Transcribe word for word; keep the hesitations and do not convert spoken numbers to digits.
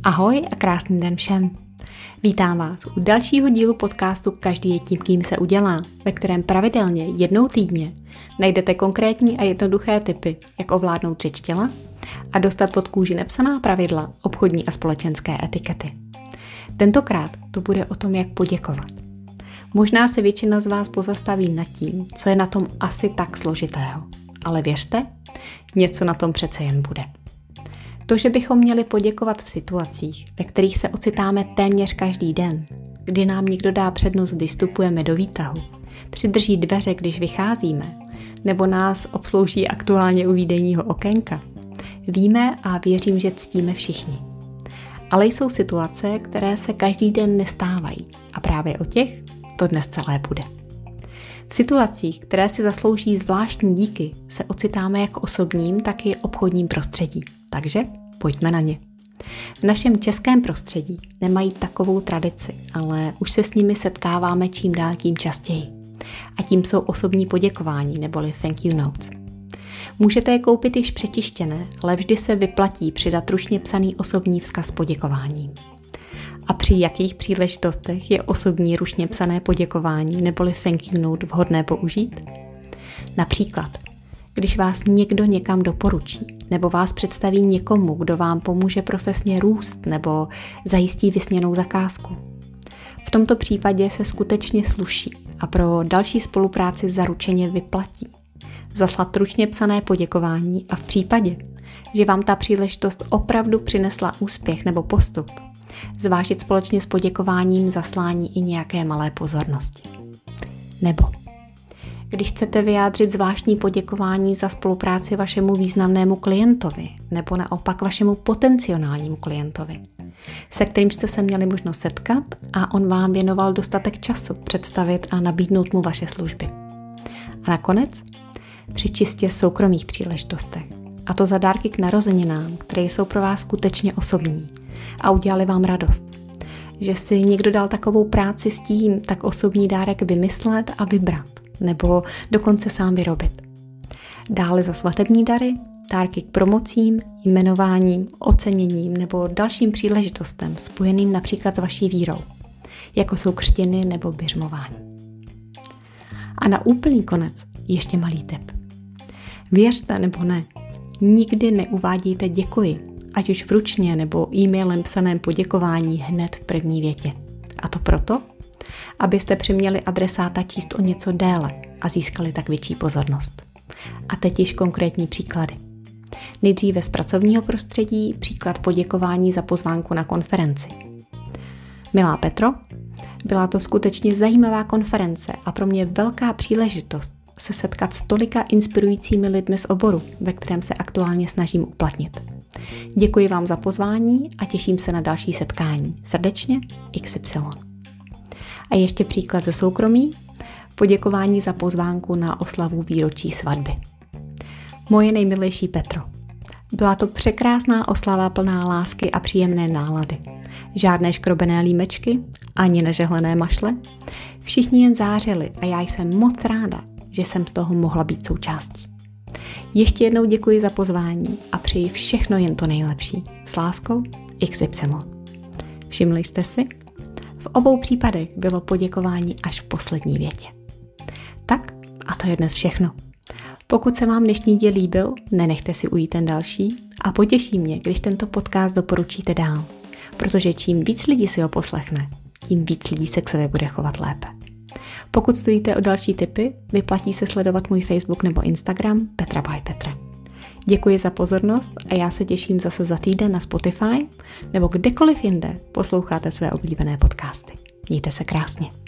Ahoj a krásný den všem. Vítám vás u dalšího dílu podcastu Každý je tím, kým se udělá, ve kterém pravidelně jednou týdně najdete konkrétní a jednoduché tipy, jak ovládnout řeč těla a dostat pod kůži nepsaná pravidla obchodní a společenské etikety. Tentokrát to bude o tom, jak poděkovat. Možná se většina z vás pozastaví nad tím, co je na tom asi tak složitého. Ale věřte, něco na tom přece jen bude. To, že bychom měli poděkovat v situacích, ve kterých se ocitáme téměř každý den, kdy nám někdo dá přednost, když vstupujeme do výtahu, přidrží dveře, když vycházíme, nebo nás obslouží aktuálně u výdejního okénka, víme a věřím, že ctíme všichni. Ale jsou situace, které se každý den nestávají a právě o těch to dnes celé bude. V situacích, které si zaslouží zvláštní díky, se ocitáme jak osobním, tak i obchodním prostředí. Takže pojďme na ně. V našem českém prostředí nemají takovou tradici, ale už se s nimi setkáváme čím dál tím častěji. A tím jsou osobní poděkování neboli thank you notes. Můžete je koupit již přetištěné, ale vždy se vyplatí přidat ručně psaný osobní vzkaz poděkováním. A při jakých příležitostech je osobní ručně psané poděkování neboli thank you note vhodné použít? Například, když vás někdo někam doporučí, nebo vás představí někomu, kdo vám pomůže profesně růst nebo zajistí vysněnou zakázku. V tomto případě se skutečně sluší a pro další spolupráci zaručeně vyplatí zaslat ručně psané poděkování a v případě, že vám ta příležitost opravdu přinesla úspěch nebo postup, zvážit společně s poděkováním zaslání i nějaké malé pozornosti. Nebo když chcete vyjádřit zvláštní poděkování za spolupráci vašemu významnému klientovi nebo naopak vašemu potenciálnímu klientovi, se kterým jste se měli možnost setkat a on vám věnoval dostatek času představit a nabídnout mu vaše služby. A nakonec při čistě soukromých příležitostech, a to za dárky k narozeninám, které jsou pro vás skutečně osobní a udělali vám radost. Že si někdo dal takovou práci s tím, tak osobní dárek vymyslet a vybrat, nebo dokonce sám vyrobit. Dále za svatební dary, dárky k promocím, jmenováním, oceněním nebo dalším příležitostem spojeným například s vaší vírou, jako jsou křtiny nebo biřmování. A na úplný konec ještě malý tip. Věřte nebo ne, nikdy neuvádějte děkuji, ať už vručně nebo e-mailem psaném poděkování hned v první větě. A to proto, abyste přiměli adresáta číst o něco déle a získali tak větší pozornost. A teď již konkrétní příklady. Nejdříve z pracovního prostředí příklad poděkování za pozvánku na konferenci. Milá Petro, byla to skutečně zajímavá konference a pro mě velká příležitost se setkat s tolika inspirujícími lidmi z oboru, ve kterém se aktuálně snažím uplatnit. Děkuji vám za pozvání a těším se na další setkání. Srdečně iks ypsilon. A ještě příklad ze soukromí, poděkování za pozvánku na oslavu výročí svatby. Moje nejmilejší Petro, byla to překrásná oslava plná lásky a příjemné nálady. Žádné škrobené límečky, ani nežehlené mašle. Všichni jen zářili a já jsem moc ráda, že jsem z toho mohla být součástí. Ještě jednou děkuji za pozvání a přeji všechno jen to nejlepší. S láskou iks ypsilon. Všimli jste si? V obou případech bylo poděkování až v poslední větě. Tak a to je dnes všechno. Pokud se vám dnešní díl líbil, nenechte si ujít ten další a potěší mě, když tento podcast doporučíte dál, protože čím víc lidí si ho poslechne, tím víc lidí se k sobě bude chovat lépe. Pokud stojíte o další tipy, vyplatí se sledovat můj Facebook nebo Instagram Petra by Petra. Děkuji za pozornost a já se těším zase za týden na Spotify nebo kdekoliv jinde posloucháte své oblíbené podcasty. Mějte se krásně.